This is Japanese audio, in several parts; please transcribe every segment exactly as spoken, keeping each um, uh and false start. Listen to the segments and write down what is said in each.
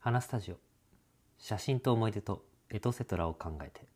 花スタジオ、写真と思い出とエトセトラを考えて。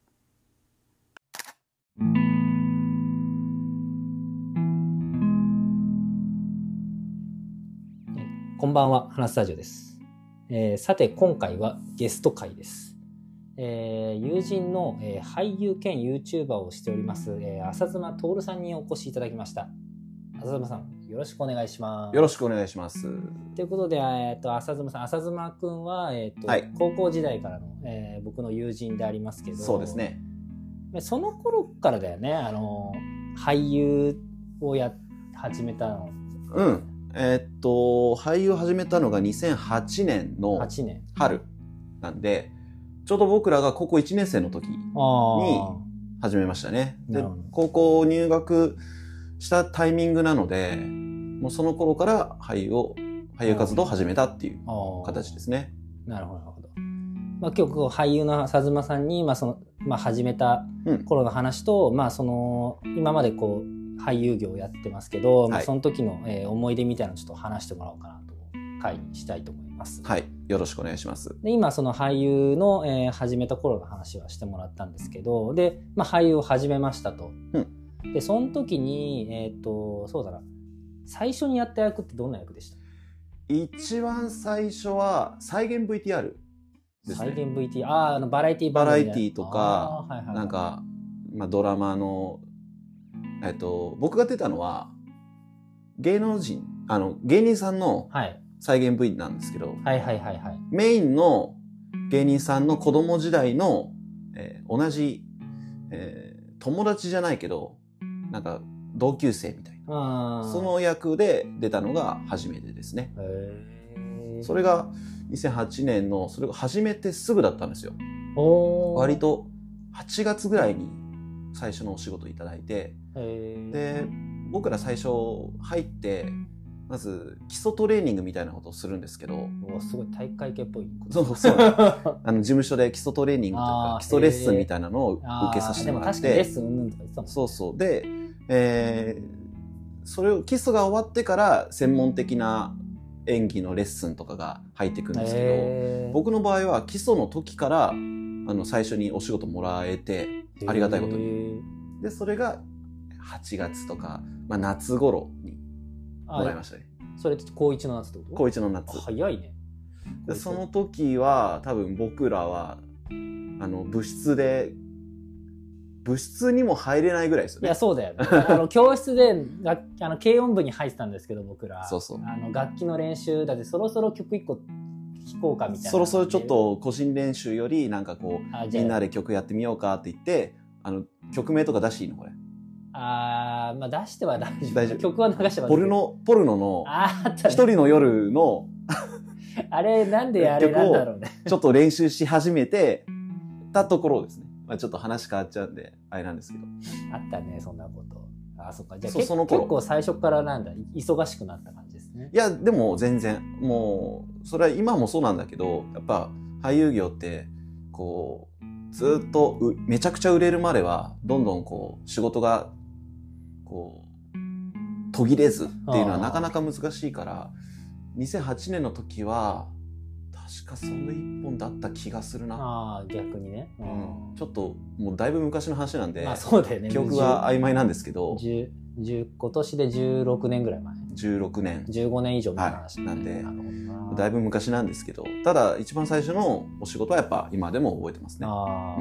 こんばんは、花スタジオです。えー、さて今回はゲスト会です。えー、友人の、えー、俳優兼 YouTuber をしております、えー、浅妻徹さんにお越しいただきました。浅妻さん、よろしくお願いします。 よろしくお願いします。 ということで、えー、と浅妻さん、浅妻くんは、えーとはい、 高校時代からの、えー、僕の友人でありますけど、 そうですね。 その頃からだよね、あの俳優をや始めたの。 うん。えー、っと俳優を始めたのがにせんはちねんの春なんで、ちょうど僕らが高校いちねん生の時に始めましたね。で、高校入学したタイミングなので、もうその頃から俳優を俳優活動を始めたっていう形ですね。 なるほど、なるほど。まあ、今日俳優の浅妻さんに、まあそのまあ、始めた頃の話と、うん、まあ、その今までこう俳優業をやってますけど、はい、まあ、その時の、えー、思い出みたいなのをちょっと話してもらおうかなと会にしたいと思います。 はい、よろしくお願いします。 で、今その俳優の、えー、始めた頃の話はしてもらったんですけど、で、まあ、俳優を始めましたと。うん、で、その時にえっとそうだな、最初にやった役ってどんな役でした？ 一番最初は再現 ブイティーアールですね。 再現 ブイティーアール、ああ、あのバラエティバラエティとか、はいはいはい、なんか、まあ、ドラマの、えっと、僕が出たのは芸能人、あの芸人さんの再現 ブイなんですけど、 はいはいはいはい、 メインの芸人さんの子供時代の、えー、同じ、えー、友達じゃないけどなんか同級生みたいな、その役で出たのが初めてですね。へー、それがにせんはちねんの、それが始めてすぐだったんですよ。割とはちがつぐらいに最初のお仕事いただいて、で僕ら最初入ってまず基礎トレーニングみたいなことをするんですけど、 すごい体育会系っぽい。 そうそうあの事務所で基礎トレーニングとか基礎レッスンみたいなのを受けさせてもらって、 でも確かにレッスンうんぬんとか言ってたもんね。 そうそうで、えー、それを基礎が終わってから専門的な演技のレッスンとかが入ってくるんですけど、僕の場合は基礎の時からあの最初にお仕事もらえて、ありがたいことに。でそれがはちがつとか、まあ、夏頃にもらいましたね。 それって高いちの夏ってこと？ 高いちの夏。 早いね。 でその時は多分僕らはあの部室で部室にも入れないぐらいですよね。 いやそうだよね。あの教室であの軽音部に入ってたんですけど、僕らそうそう、 あの楽器の練習だって、そろそろ曲いっこ弾こうかみたいな、 そろそろちょっと個人練習よりなんかこうみんなで曲やってみようかって言って、あの曲名とか出していいのこれ？ あー、まあ出しては大丈夫。 大丈夫。 曲は流してはポルノ、ポルノの一人の夜のあれなんであれなんだろうね。 ちょっと練習し始めてたところですね。まあ、ちょっと話変わっちゃうんであれなんですけど。 あったね、そんなこと。あ、そっか。じゃあそその頃結構最初からなんだ、忙しくなった感じですね。 いやでも全然もうそれは今もそうなんだけど、やっぱ俳優業ってこうずっとめちゃくちゃ売れるまではどんどんこう仕事がこう途切れずっていうのはなかなか難しいから、にせんはちねんの時は確かその一本だった気がするな。 ああ、逆にね、 うん、ちょっともうだいぶ昔の話なんで、 まあそうだよね、 記憶が曖昧なんですけど、 今年でじゅうろくねんぐらい前、 じゅうろくねんじゅうごねん以上の話、 はい、なんでなるほどな、 だいぶ昔なんですけど、ただ一番最初のお仕事はやっぱ今でも覚えてますね。 あ、うん、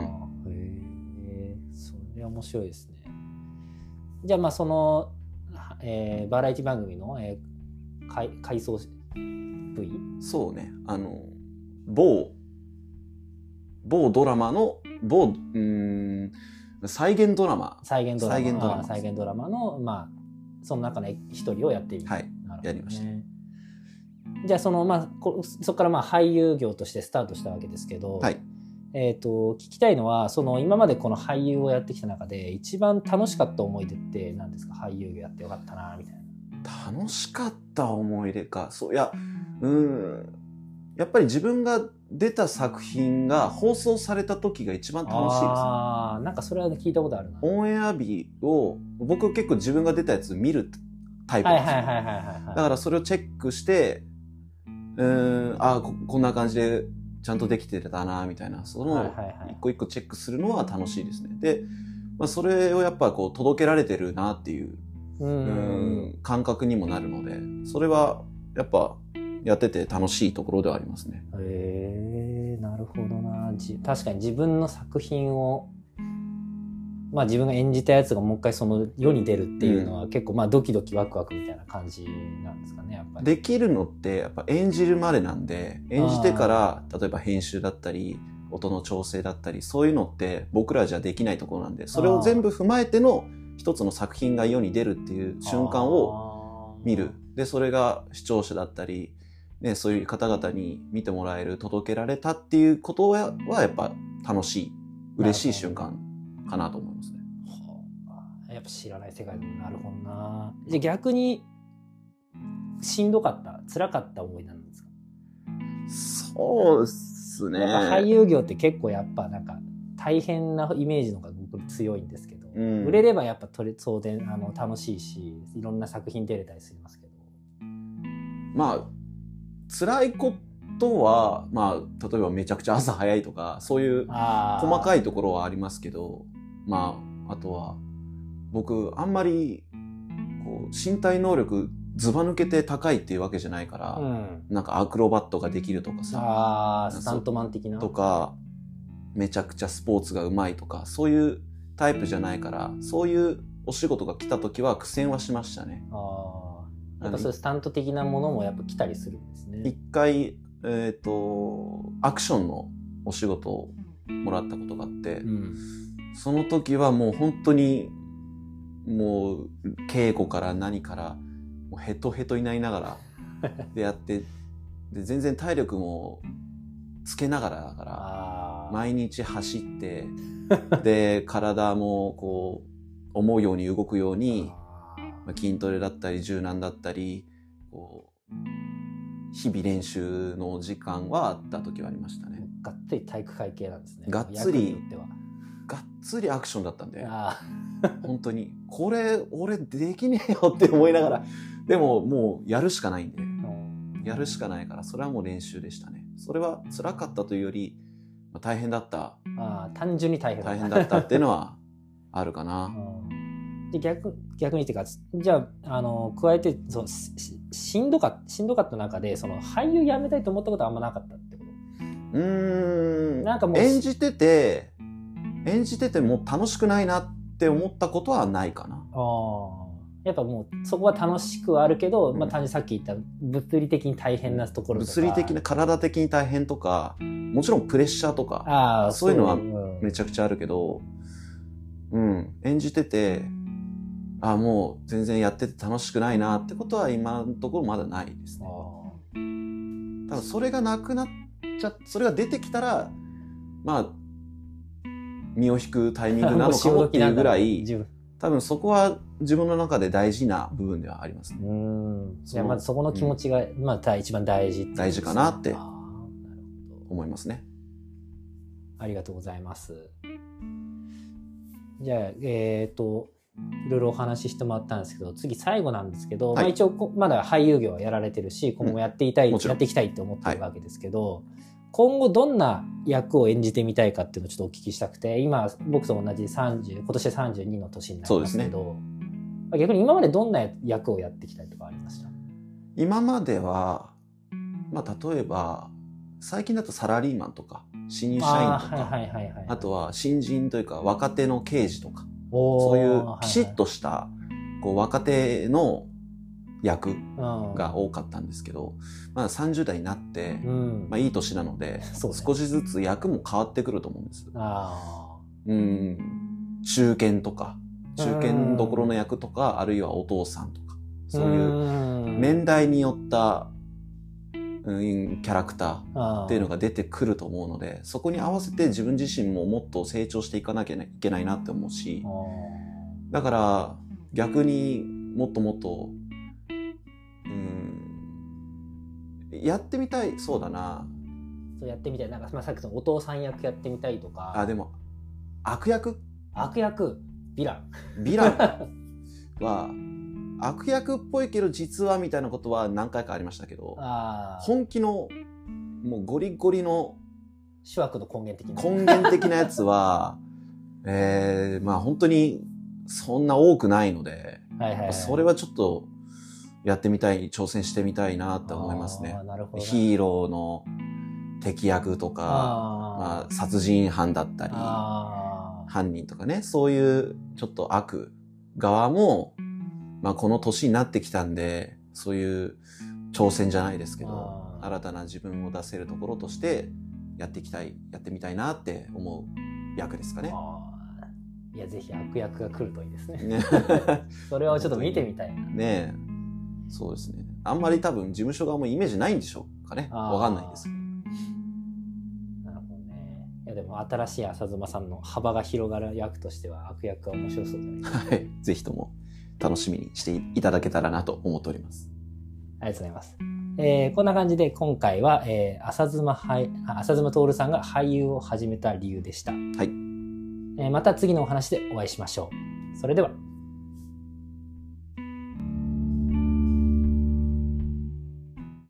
へえ、それ面白いですね。じゃあまあその、えー、バラエティ番組の、えー、回想 V？ そうね、あの某某ドラマの某うーん再現ドラマ再現ドラマ再現ドラマ再現ドラマの、まあその中の一人をやっている。 はい、やりました。 じゃあそのまあこそこからまあ俳優業としてスタートしたわけですけど、 はい、 えっと聞きたいのは、その今までこの俳優をやってきた中で一番楽しかった思い出って何ですか？俳優業やってよかったなみたいな。楽しかった思い出か。そういや、うーん。やっぱり自分が出た作品が放送された時が一番楽しいです、ね。 ああ、なんかそれは聞いたことあるな。 オンエア日を僕結構自分が出たやつ見るタイプなんですよ。だからそれをチェックして、 うーん、あこ、こんな感じでちゃんとできてたな、みたいな、その、一個一個チェックするのは楽しいですね。で、まあ、それをやっぱこう、届けられてるなっていう、うん、感覚にもなるので、それは、やっぱ、やってて楽しいところではありますね。 へえー、なるほどな。じ確かに自分の作品を、まあ自分が演じたやつがもう一回その世に出るっていうのは結構まあドキドキワクワクみたいな感じなんですかね、やっぱり。 できるのってやっぱ演じるまでなんで、演じてから例えば編集だったり音の調整だったりそういうのって僕らじゃできないところなんで、それを全部踏まえての一つの作品が世に出るっていう瞬間を見る。で、それが視聴者だったり、ね、そういう方々に見てもらえる、届けられたっていうことはやっぱ楽しい、嬉しい瞬間かなと思いますね。 はあ、やっぱ知らない世界でもなるほどな。じゃあ逆にしんどかった、辛かった思いなんですか？ そうですね。 俳優業って結構やっぱなんか大変なイメージの方が僕強いんですけど、うん、売れればやっぱとれ当然あの楽しいし、いろんな作品出れたりしますけど。 まあ辛いことは、まあ例えばめちゃくちゃ朝早いとかそういう細かいところはありますけど、まああとは僕あんまりこう身体能力ずば抜けて高いっていうわけじゃないから、うん、なんかアクロバットができるとかさ、 あスタントマン的なとかめちゃくちゃスポーツがうまいとかそういうタイプじゃないから、そういうお仕事が来た時は苦戦はしましたね。 あやっぱそういうスタント的なものもやっぱ来たりするんですね。 一回、えっと、アクションのお仕事をもらったことがあって、うん、その時はもう本当にもう稽古から何からもうヘトヘトになりながらでやってで全然体力もつけながらだから毎日走ってで体もこう思うように動くように筋トレだったり柔軟だったりこう日々練習の時間はあった時はありましたね。 がっつり体育会系なんですね。 がっつりがっつりアクションだったんで本当にこれ俺できねえよって思いながらでももうやるしかないんでやるしかないからそれはもう練習でしたね。それは辛かったというより、まあ、大変だった。 あ単純に大変だった大変だったっていうのはあるかな。 で 逆, 逆にっていうかじゃあ、あの加えてその し, し, んどかしんどかった中でその俳優辞めたいと思ったことはあんまなかったってこと？ うーんなんかもう演じてて演じてても楽しくないなって思ったことはないかな。 あやっぱもうそこは楽しくはあるけど、うんまあ、単純にさっき言った物理的に大変なところとか物理的な体的に大変とかもちろんプレッシャーとかあそういうのはめちゃくちゃあるけど、うん、演じててあもう全然やってて楽しくないなってことは今のところまだないですね。多分それがなくなっちゃそれが出てきたらまあ身を引くタイミングなのかもっていうぐらい多分そこは自分の中で大事な部分ではありますね。 うんいやまずそこの気持ちが、うん、まあ一番大事って、ね、 大事かなって思いますね。 ありがとうございます。じゃあえっ、ー、といろいろお話ししてもらったんですけど次最後なんですけど、はいまあ、一応まだ俳優業はやられてるし今後やっていたい、うん、やっていきたいって思ってるわけですけど、はい、今後どんな役を演じてみたいかっていうのをちょっとお聞きしたくて今僕と同じさんじゅう今年でさんじゅうにの年になりますけど、ね、逆に今までどんな役をやってきたりとかありました？ 今までは、まあ、例えば最近だとサラリーマンとか新入社員とか あ,、はいはいはいはい、あとは新人というか若手の刑事とかそういうピシッとした、はいはい、こう若手の役が多かったんですけど、まださんじゅう代になって、うんまあ、いい年なので、ね、少しずつ役も変わってくると思うんです。あうん中堅とか中堅どころの役とかあるいはお父さんとかそういう年代によった、うん、キャラクターっていうのが出てくると思うのでそこに合わせて自分自身ももっと成長していかなきゃいけないなって思うしだから逆にもっともっとうんやってみたいそうだなそうやってみたいなんか、まあ、さっきのお父さん役やってみたいとかあでも悪役悪役ヴィランヴィランは悪役っぽいけど実はみたいなことは何回かありましたけど、本気のもうゴリゴリの主悪の根源的な根源的なやつは、えー、まあ本当にそんな多くないので、はいはいはい、それはちょっとやってみたい、挑戦してみたいなって思いますね。なるほどね。ヒーローの敵役とか、あ、まあ、殺人犯だったり、犯人とかね、そういうちょっと悪側も、まあこの年になってきたんで、そういう挑戦じゃないですけど、新たな自分を出せるところとしてやっていきたい、やってみたいなって思う役ですかね。 いや、ぜひ悪役が来るといいですね。ねそれをちょっと見てみたいな。 ねえ。そうですね。あんまり多分事務所側もイメージないんでしょうかね。わかんないですけど。 なるほどね。いやでも新しい浅妻さんの幅が広がる役としては悪役は面白そうじゃないですか。 はい。ぜひとも楽しみにしていただけたらなと思っております。 ありがとうございます。えー、こんな感じで今回は、えー、浅妻はい浅妻徹さんが俳優を始めた理由でした。はい。えー、また次のお話でお会いしましょう。それでは。